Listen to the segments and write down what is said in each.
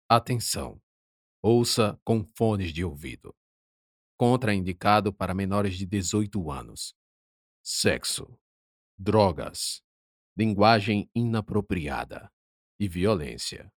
Atenção! Ouça com fones de ouvido. Contraindicado para menores de 18 anos. Sexo, drogas, linguagem inapropriada e violência.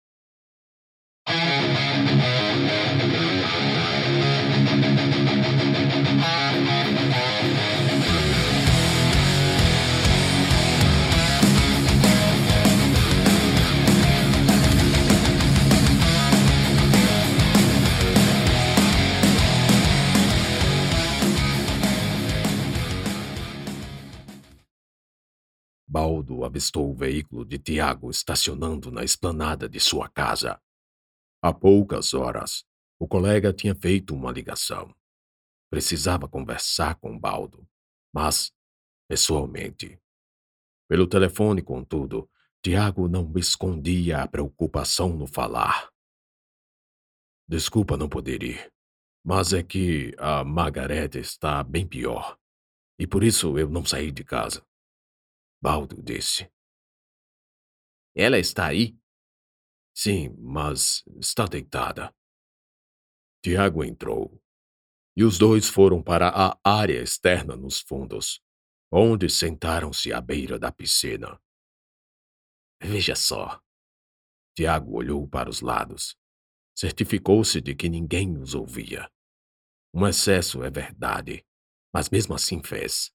Baldo avistou o veículo de Tiago estacionando na esplanada de sua casa. Há poucas horas, o colega tinha feito uma ligação. Precisava conversar com Baldo, mas pessoalmente. Pelo telefone, contudo, Tiago não escondia a preocupação no falar. Desculpa não poder ir, mas é que a Margarete está bem pior, e por isso eu não saí de casa. Baldo disse. Ela está aí? Sim, mas está deitada. Tiago entrou, e os dois foram para a área externa nos fundos, onde sentaram-se à beira da piscina. Veja só. Tiago olhou para os lados. Certificou-se de que ninguém os ouvia. Um excesso é verdade, mas mesmo assim fez.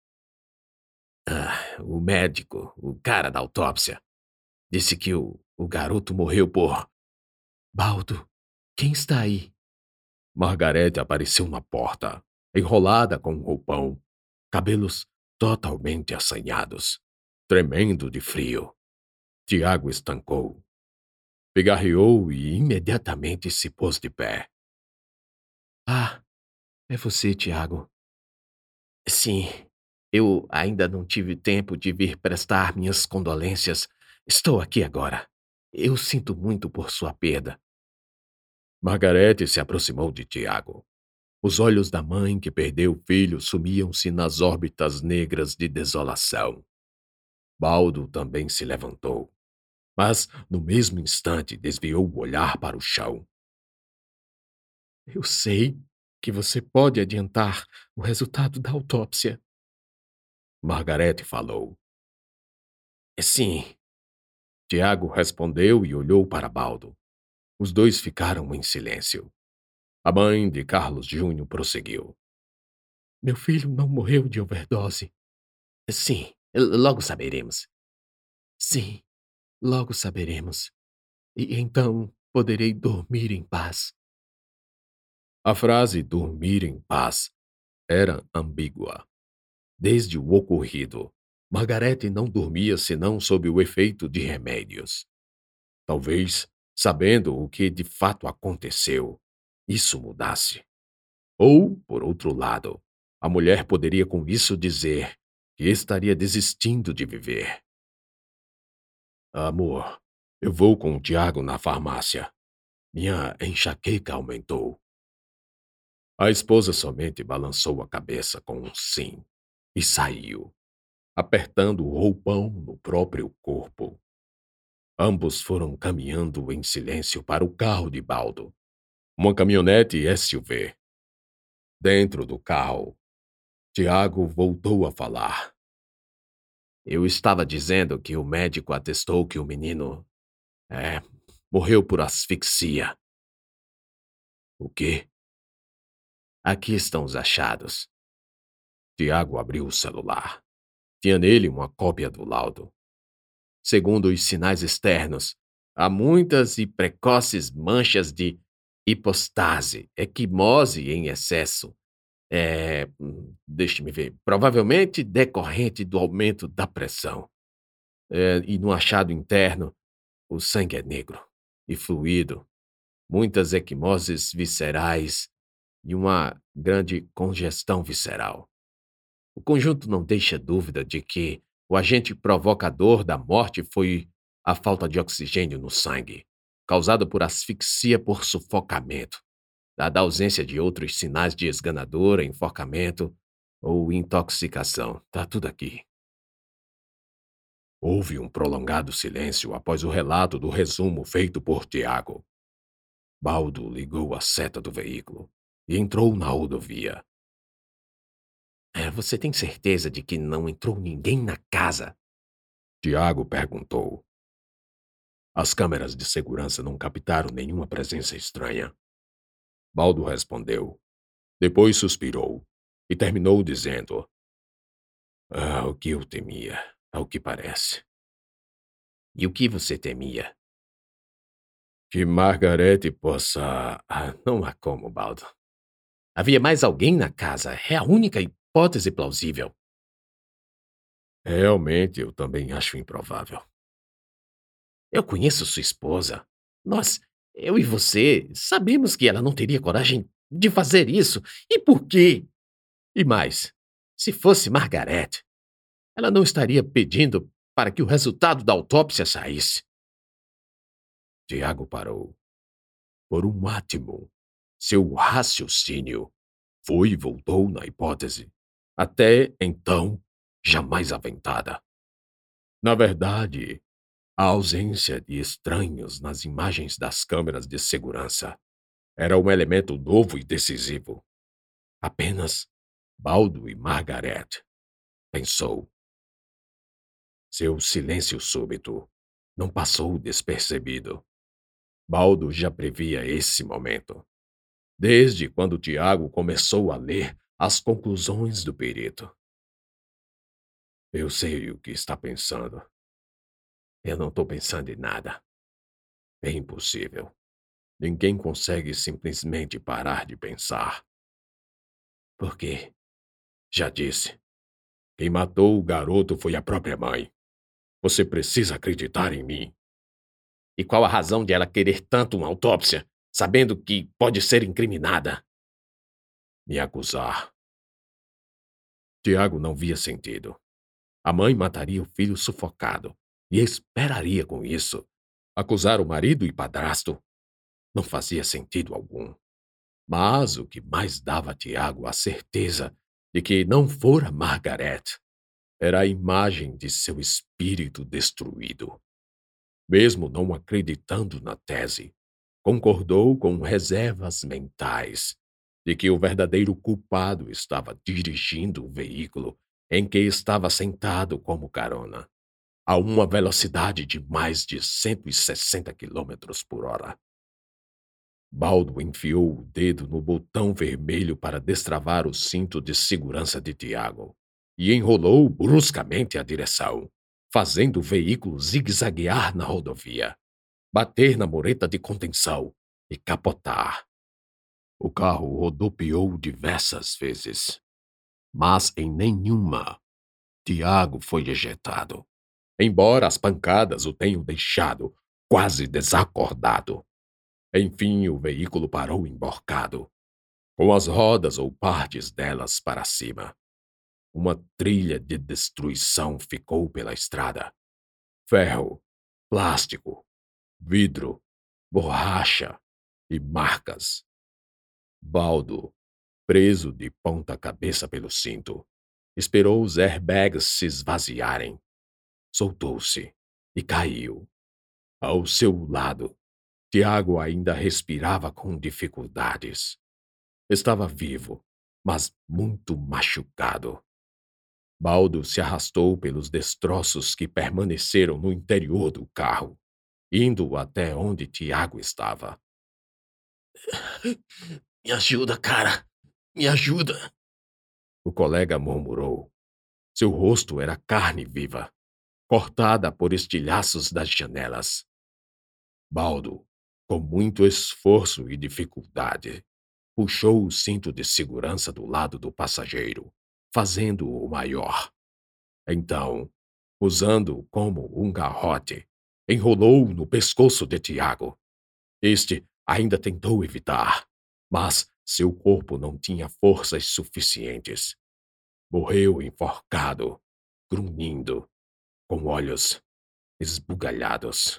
O médico, o cara da autópsia, disse que o garoto morreu por... Baldo, quem está aí? Margarete apareceu na porta, enrolada com um roupão, cabelos totalmente assanhados, tremendo de frio. Tiago estancou. Pigarreou e imediatamente se pôs de pé. Ah, é você, Tiago. Sim, eu ainda não tive tempo de vir prestar minhas condolências. Estou aqui agora. Eu sinto muito por sua perda. Margarete se aproximou de Tiago. Os olhos da mãe que perdeu o filho sumiam-se nas órbitas negras de desolação. Baldo também se levantou, mas no mesmo instante desviou o olhar para o chão. Eu sei que você pode adiantar o resultado da autópsia. Margarete falou. Sim. Tiago respondeu e olhou para Baldo. Os dois ficaram em silêncio. A mãe de Carlos Júnior prosseguiu. Meu filho não morreu de overdose. Sim, logo saberemos. Sim, logo saberemos. E então poderei dormir em paz. A frase dormir em paz era ambígua. Desde o ocorrido, Margarete não dormia senão sob o efeito de remédios. Talvez, sabendo o que de fato aconteceu, isso mudasse. Ou, por outro lado, a mulher poderia com isso dizer que estaria desistindo de viver. Amor, eu vou com o Tiago na farmácia. Minha enxaqueca aumentou. A esposa somente balançou a cabeça com um sim e saiu, apertando o roupão no próprio corpo. Ambos foram caminhando em silêncio para o carro de Baldo, uma caminhonete SUV. Dentro do carro, Tiago voltou a falar. Eu estava dizendo que o médico atestou que o menino, morreu por asfixia. O quê? Aqui estão os achados. Tiago abriu o celular. Tinha nele uma cópia do laudo. Segundo os sinais externos, há muitas e precoces manchas de hipostase, equimose em excesso. Deixe-me ver, provavelmente decorrente do aumento da pressão. E no achado interno, o sangue é negro e fluido, muitas equimoses viscerais e uma grande congestão visceral. O conjunto não deixa dúvida de que o agente provocador da morte foi a falta de oxigênio no sangue, causada por asfixia por sufocamento, dada a ausência de outros sinais de esganadora, enforcamento ou intoxicação. Tá tudo aqui. Houve um prolongado silêncio após o relato do resumo feito por Tiago. Baldo ligou a seta do veículo e entrou na rodovia. Você tem certeza de que não entrou ninguém na casa? Tiago perguntou. As câmeras de segurança não captaram nenhuma presença estranha. Baldo respondeu. Depois suspirou e terminou dizendo: o que eu temia, ao que parece. E o que você temia? Que Margarete possa. Não há como, Baldo. Havia mais alguém na casa. É a única hipótese plausível. Realmente, eu também acho improvável. Eu conheço sua esposa. Eu e você, sabemos que ela não teria coragem de fazer isso. E por quê? E mais, se fosse Margaret, ela não estaria pedindo para que o resultado da autópsia saísse. Tiago parou. Por um átimo, seu raciocínio foi e voltou na hipótese, até então jamais aventada. Na verdade, a ausência de estranhos nas imagens das câmeras de segurança era um elemento novo e decisivo. Apenas Baldo e Margaret, pensou. Seu silêncio súbito não passou despercebido. Baldo já previa esse momento, desde quando Tiago começou a ler as conclusões do perito. Eu sei o que está pensando. Eu não estou pensando em nada. É impossível. Ninguém consegue simplesmente parar de pensar. Por quê? Já disse. Quem matou o garoto foi a própria mãe. Você precisa acreditar em mim. E qual a razão de ela querer tanto uma autópsia, sabendo que pode ser incriminada? Me acusar. Tiago não via sentido. A mãe mataria o filho sufocado e esperaria com isso. Acusar o marido e padrasto não fazia sentido algum. Mas o que mais dava a Tiago a certeza de que não fora Margaret era a imagem de seu espírito destruído. Mesmo não acreditando na tese, concordou com reservas mentais de que o verdadeiro culpado estava dirigindo o veículo em que estava sentado como carona, a uma velocidade de mais de 160 quilômetros por hora. Baldo enfiou o dedo no botão vermelho para destravar o cinto de segurança de Tiago e enrolou bruscamente a direção, fazendo o veículo zigue-zaguear na rodovia, bater na mureta de contenção e capotar. O carro rodopiou diversas vezes, mas em nenhuma Tiago foi ejetado, embora as pancadas o tenham deixado quase desacordado. Enfim, o veículo parou emborcado, com as rodas ou partes delas para cima. Uma trilha de destruição ficou pela estrada. Ferro, plástico, vidro, borracha e marcas. Baldo, preso de ponta cabeça pelo cinto, esperou os airbags se esvaziarem. Soltou-se e caiu. Ao seu lado, Tiago ainda respirava com dificuldades. Estava vivo, mas muito machucado. Baldo se arrastou pelos destroços que permaneceram no interior do carro, indo até onde Tiago estava. Me ajuda, cara! Me ajuda! O colega murmurou. Seu rosto era carne viva, cortada por estilhaços das janelas. Baldo, com muito esforço e dificuldade, puxou o cinto de segurança do lado do passageiro, fazendo-o maior. Então, usando-o como um garrote, enrolou-o no pescoço de Tiago. Este ainda tentou evitar, mas seu corpo não tinha forças suficientes. Morreu enforcado, grunhindo, com olhos esbugalhados.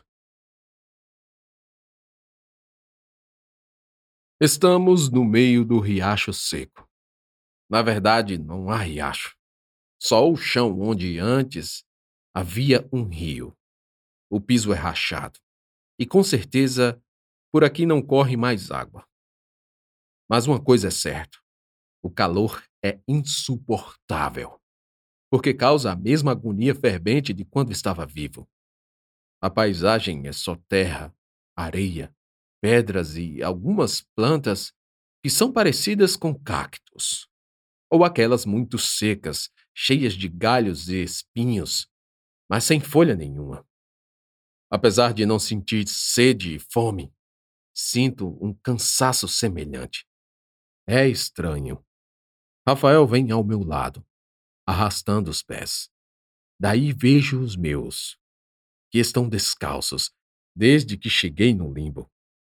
Estamos no meio do riacho seco. Na verdade, não há riacho. Só o chão onde antes havia um rio. O piso é rachado. E com certeza Por aqui não corre mais água. Mas uma coisa é certa: o calor é insuportável, porque causa a mesma agonia fervente de quando estava vivo. A paisagem é só terra, areia, pedras e algumas plantas que são parecidas com cactos, ou aquelas muito secas, cheias de galhos e espinhos, mas sem folha nenhuma. Apesar de não sentir sede e fome, sinto um cansaço semelhante. É estranho. Rafael vem ao meu lado, arrastando os pés. Daí vejo os meus, que estão descalços, desde que cheguei no limbo.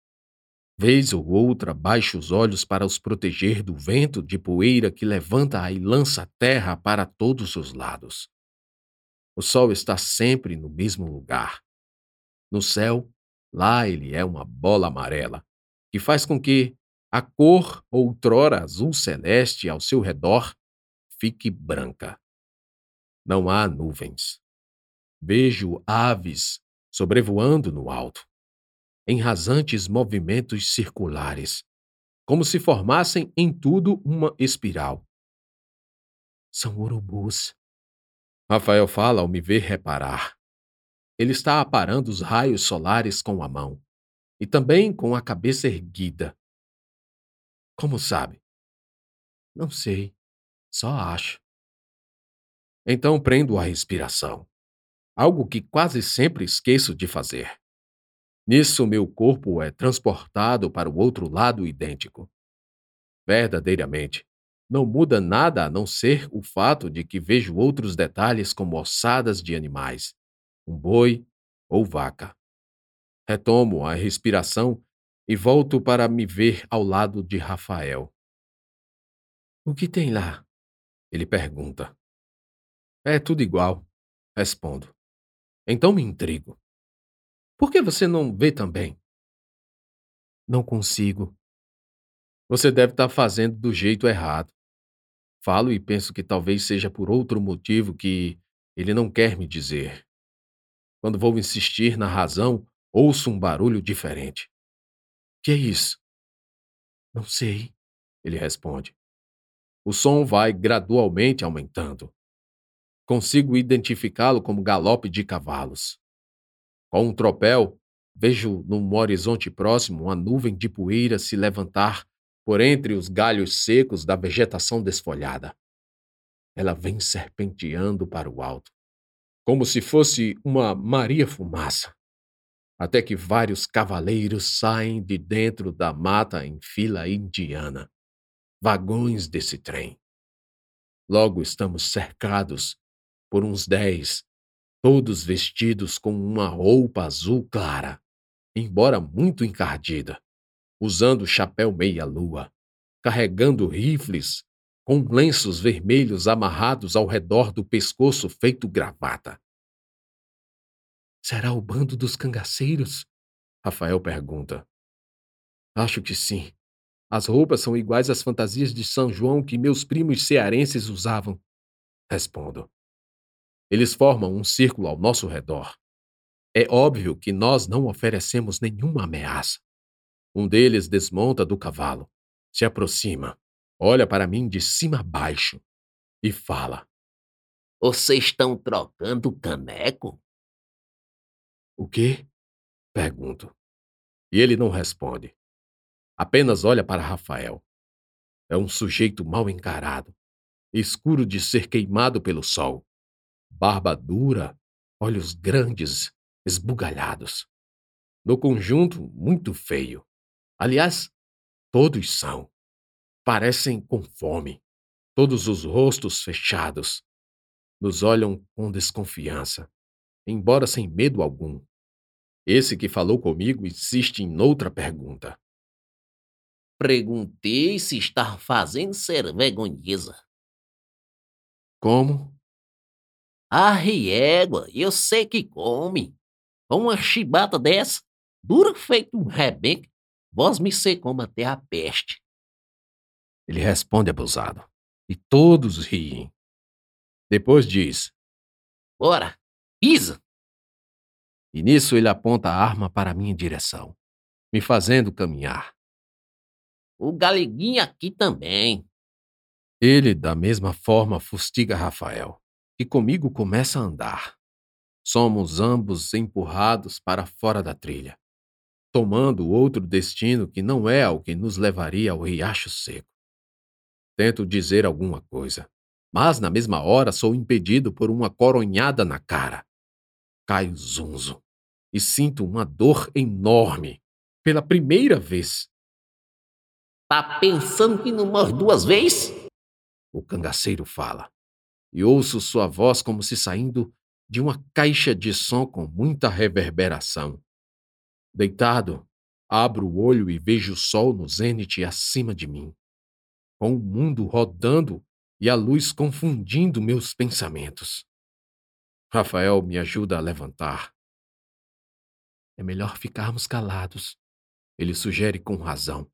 Vez ou outra baixo os olhos para os proteger do vento de poeira que levanta e lança a terra para todos os lados. O sol está sempre no mesmo lugar. No céu, lá ele é uma bola amarela, que faz com que a cor outrora azul celeste ao seu redor fique branca. Não há nuvens. Vejo aves sobrevoando no alto, em rasantes movimentos circulares, como se formassem em tudo uma espiral. São urubus. Rafael fala ao me ver reparar. Ele está aparando os raios solares com a mão, e também com a cabeça erguida. Como sabe? Não sei, só acho. Então prendo a respiração, algo que quase sempre esqueço de fazer. Nisso, meu corpo é transportado para o outro lado idêntico. Verdadeiramente, não muda nada a não ser o fato de que vejo outros detalhes como ossadas de animais, um boi ou vaca. Retomo a respiração e volto para me ver ao lado de Rafael. O que tem lá? Ele pergunta. É tudo igual, respondo. Então me intrigo. Por que você não vê também? Não consigo. Você deve estar fazendo do jeito errado. Falo e penso que talvez seja por outro motivo que ele não quer me dizer. Quando vou insistir na razão, ouço um barulho diferente. Que é isso? Não sei, ele responde. O som vai gradualmente aumentando. Consigo identificá-lo como galope de cavalos. Com um tropel, vejo num horizonte próximo uma nuvem de poeira se levantar por entre os galhos secos da vegetação desfolhada. Ela vem serpenteando para o alto, como se fosse uma Maria-Fumaça, até que vários cavaleiros saem de dentro da mata em fila indiana, vagões desse trem. Logo estamos cercados por uns 10, todos vestidos com uma roupa azul clara, embora muito encardida, usando chapéu meia-lua, carregando rifles com lenços vermelhos amarrados ao redor do pescoço feito gravata. Será o bando dos cangaceiros? Rafael pergunta. Acho que sim. As roupas são iguais às fantasias de São João que meus primos cearenses usavam. Respondo. Eles formam um círculo ao nosso redor. É óbvio que nós não oferecemos nenhuma ameaça. Um deles desmonta do cavalo, se aproxima, olha para mim de cima a baixo e fala. Vocês estão trocando caneco? O quê? Pergunto. E ele não responde. Apenas olha para Rafael. É um sujeito mal encarado, escuro de ser queimado pelo sol. Barba dura, olhos grandes, esbugalhados. No conjunto, muito feio. Aliás, todos são. Parecem com fome. Todos os rostos fechados. Nos olham com desconfiança, embora sem medo algum. Esse que falou comigo insiste em outra pergunta. Perguntei se está fazendo ser vergonheza. Como? Ah, riégua, eu sei que come. Uma chibata dessa, dura feito um rebenque, vós me secou até a peste. Ele responde abusado. E todos riem. Depois diz. Bora, pisa! E nisso ele aponta a arma para minha direção. me fazendo caminhar. O Galeguinho aqui também. Ele, da mesma forma, fustiga Rafael, que comigo começa a andar. Somos ambos empurrados para fora da trilha, tomando outro destino que não é o que nos levaria ao riacho seco. Tento dizer alguma coisa, mas na mesma hora sou impedido por uma coronhada na cara. Caio zunzo e sinto uma dor enorme, pela primeira vez. Tá pensando que não morre duas vezes? O cangaceiro fala, e ouço sua voz como se saindo de uma caixa de som com muita reverberação. Deitado, abro o olho e vejo o sol no zênite acima de mim, com o mundo rodando e a luz confundindo meus pensamentos. Rafael me ajuda a levantar. É melhor ficarmos calados, ele sugere com razão.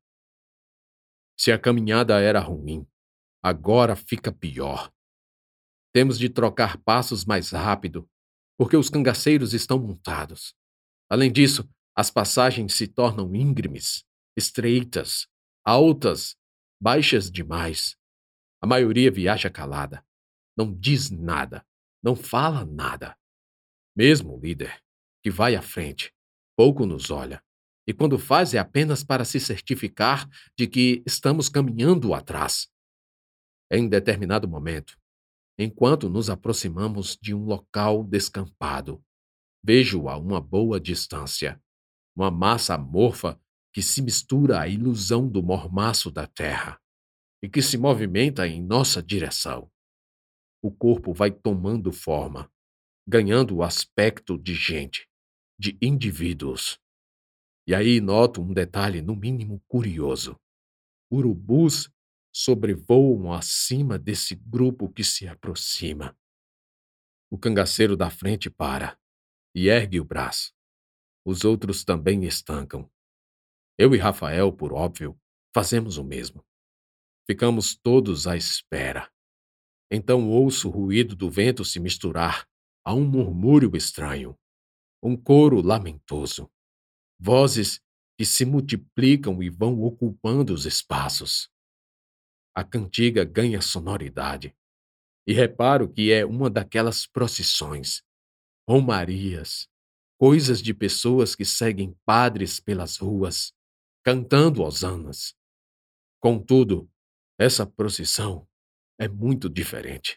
Se a caminhada era ruim, agora fica pior. Temos de trocar passos mais rápido, porque os cangaceiros estão montados. Além disso, as passagens se tornam íngremes, estreitas, altas, baixas demais. A maioria viaja calada, não diz nada, não fala nada. Mesmo o líder, que vai à frente, pouco nos olha, e quando faz é apenas para se certificar de que estamos caminhando atrás. Em determinado momento, enquanto nos aproximamos de um local descampado, vejo a uma boa distância uma massa amorfa que se mistura à ilusão do mormaço da terra e que se movimenta em nossa direção. O corpo vai tomando forma, ganhando o aspecto de gente, de indivíduos. E aí noto um detalhe no mínimo curioso. Urubus sobrevoam acima desse grupo que se aproxima. O cangaceiro da frente para e ergue o braço. Os outros também estancam. Eu e Rafael, por óbvio, fazemos o mesmo. Ficamos todos à espera. Então ouço o ruído do vento se misturar a um murmúrio estranho, um coro lamentoso, vozes que se multiplicam e vão ocupando os espaços. A cantiga ganha sonoridade, e reparo que é uma daquelas procissões, romarias, coisas de pessoas que seguem padres pelas ruas, cantando hosanas. Contudo, essa procissão é muito diferente.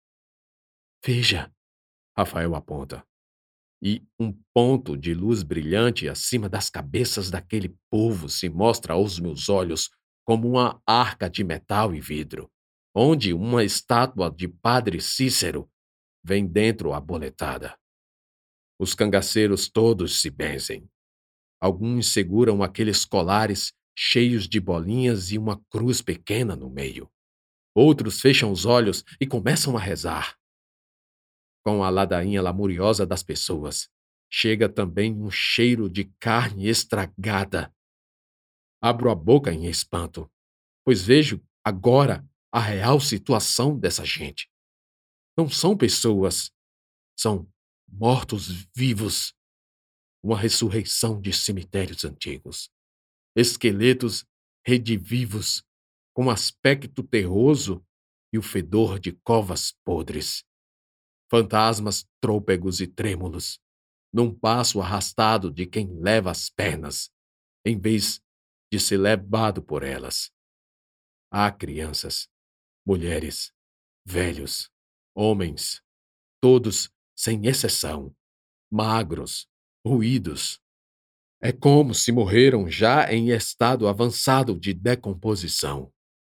Veja, Rafael aponta, e um ponto de luz brilhante acima das cabeças daquele povo se mostra aos meus olhos como uma arca de metal e vidro, onde uma estátua de Padre Cícero vem dentro aboletada. Os cangaceiros todos se benzem. Alguns seguram aqueles colares cheios de bolinhas e uma cruz pequena no meio. Outros fecham os olhos e começam a rezar. Com a ladainha lamuriosa das pessoas, chega também um cheiro de carne estragada. Abro a boca em espanto, pois vejo agora a real situação dessa gente. Não são pessoas, são mortos-vivos. Uma ressurreição de cemitérios antigos. Esqueletos redivivos, com aspecto terroso e o fedor de covas podres. Fantasmas trôpegos e trêmulos, num passo arrastado de quem leva as pernas, em vez de ser levado por elas. Há crianças, mulheres, velhos, homens, todos, sem exceção, magros, ruídos. É como se morreram já em estado avançado de decomposição.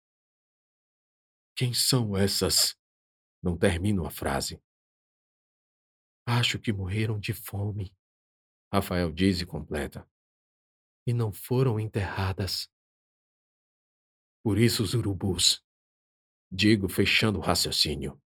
Quem são essas? Não termino a frase. Acho que morreram de fome, Rafael diz e completa. E não foram enterradas. Por isso os urubus. Digo, fechando o raciocínio.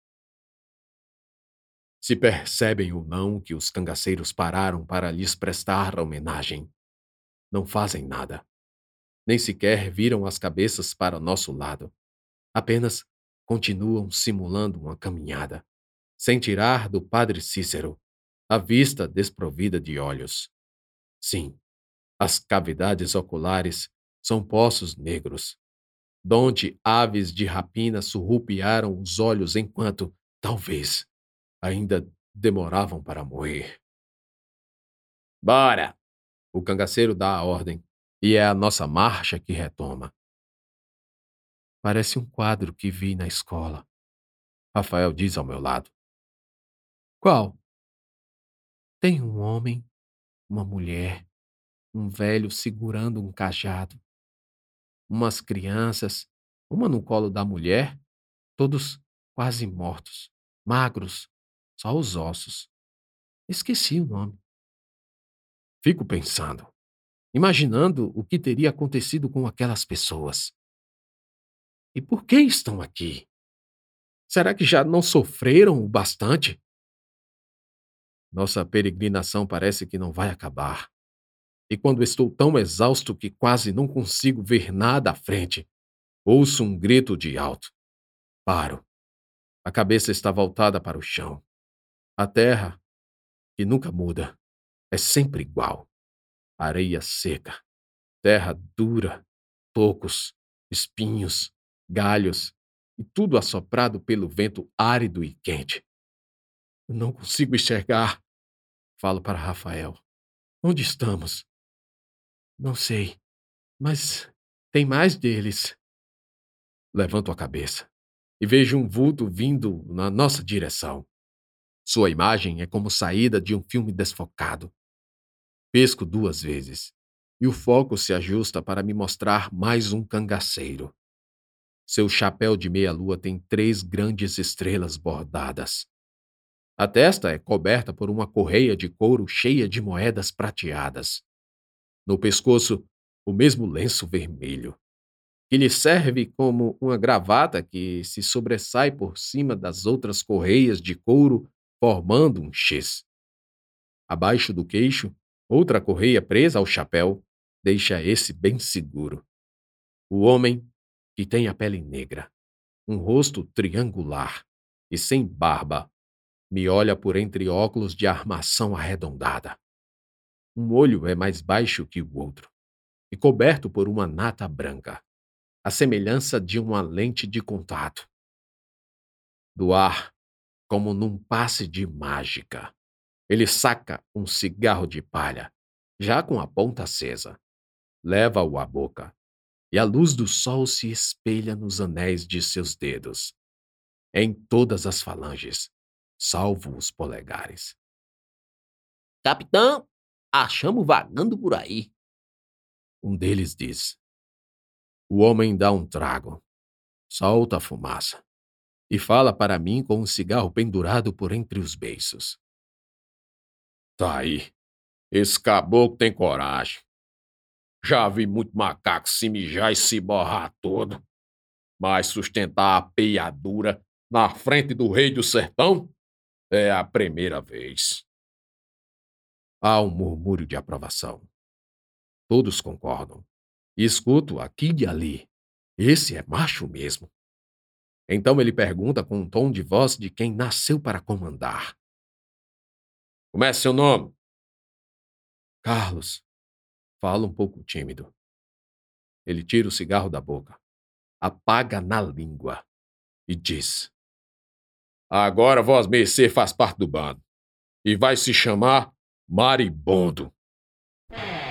Se percebem ou não que os cangaceiros pararam para lhes prestar homenagem, não fazem nada. Nem sequer viram as cabeças para nosso lado. Apenas continuam simulando uma caminhada, sem tirar do Padre Cícero a vista desprovida de olhos. Sim, As cavidades oculares são poços negros, donde aves de rapina surrupiaram os olhos enquanto, talvez, ainda demoravam para morrer. Bora! O cangaceiro dá a ordem, e é a nossa marcha que retoma. Parece um quadro que vi na escola. Rafael diz ao meu lado. Qual? Tem um homem, uma mulher, um velho segurando um cajado. Umas crianças, uma no colo da mulher, todos quase mortos, magros, só os ossos. Esqueci o nome. Fico pensando, imaginando o que teria acontecido com aquelas pessoas. E por que estão aqui? Será que já não sofreram o bastante? Nossa peregrinação parece que não vai acabar. E quando estou tão exausto que quase não consigo ver nada à frente, ouço um grito de alto. Paro. A cabeça está voltada para o chão. A terra, que nunca muda, é sempre igual. Areia seca, terra dura, tocos, espinhos, galhos e tudo assoprado pelo vento árido e quente. Eu não consigo enxergar. Falo para Rafael. Onde estamos? Não sei, mas tem mais deles. Levanto a cabeça e vejo um vulto vindo na nossa direção. Sua imagem é como saída de um filme desfocado. Pesco 2 vezes e o foco se ajusta para me mostrar mais um cangaceiro. Seu chapéu de meia-lua tem 3 grandes estrelas bordadas. A testa é coberta por uma correia de couro cheia de moedas prateadas. No pescoço, o mesmo lenço vermelho, que lhe serve como uma gravata que se sobressai por cima das outras correias de couro, formando um X. Abaixo do queixo, outra correia presa ao chapéu deixa esse bem seguro. O homem, que tem a pele negra, um rosto triangular e sem barba, me olha por entre óculos de armação arredondada. Um olho é mais baixo que o outro e coberto por uma nata branca, a semelhança de uma lente de contato. Do ar, como num passe de mágica, ele saca um cigarro de palha, já com a ponta acesa, leva-o à boca, e a luz do sol se espelha nos anéis de seus dedos, em todas as falanges, salvo os polegares. Capitão, achamos vagando por aí. Um deles diz. O homem dá um trago, solta a fumaça e fala para mim com um cigarro pendurado por entre os beiços. Tá aí, esse caboclo tem coragem. Já vi muito macaco se mijar e se borrar todo, mas sustentar a peiadura na frente do rei do sertão é a primeira vez. Há um murmúrio de aprovação. Todos concordam. E escuto aqui e ali. Esse é macho mesmo. Então ele pergunta com um tom de voz de quem nasceu para comandar. Como é seu nome? Carlos. Fala um pouco tímido. Ele tira o cigarro da boca, apaga na língua e diz: Agora vós mercê faz parte do bando e vai se chamar Maribondo.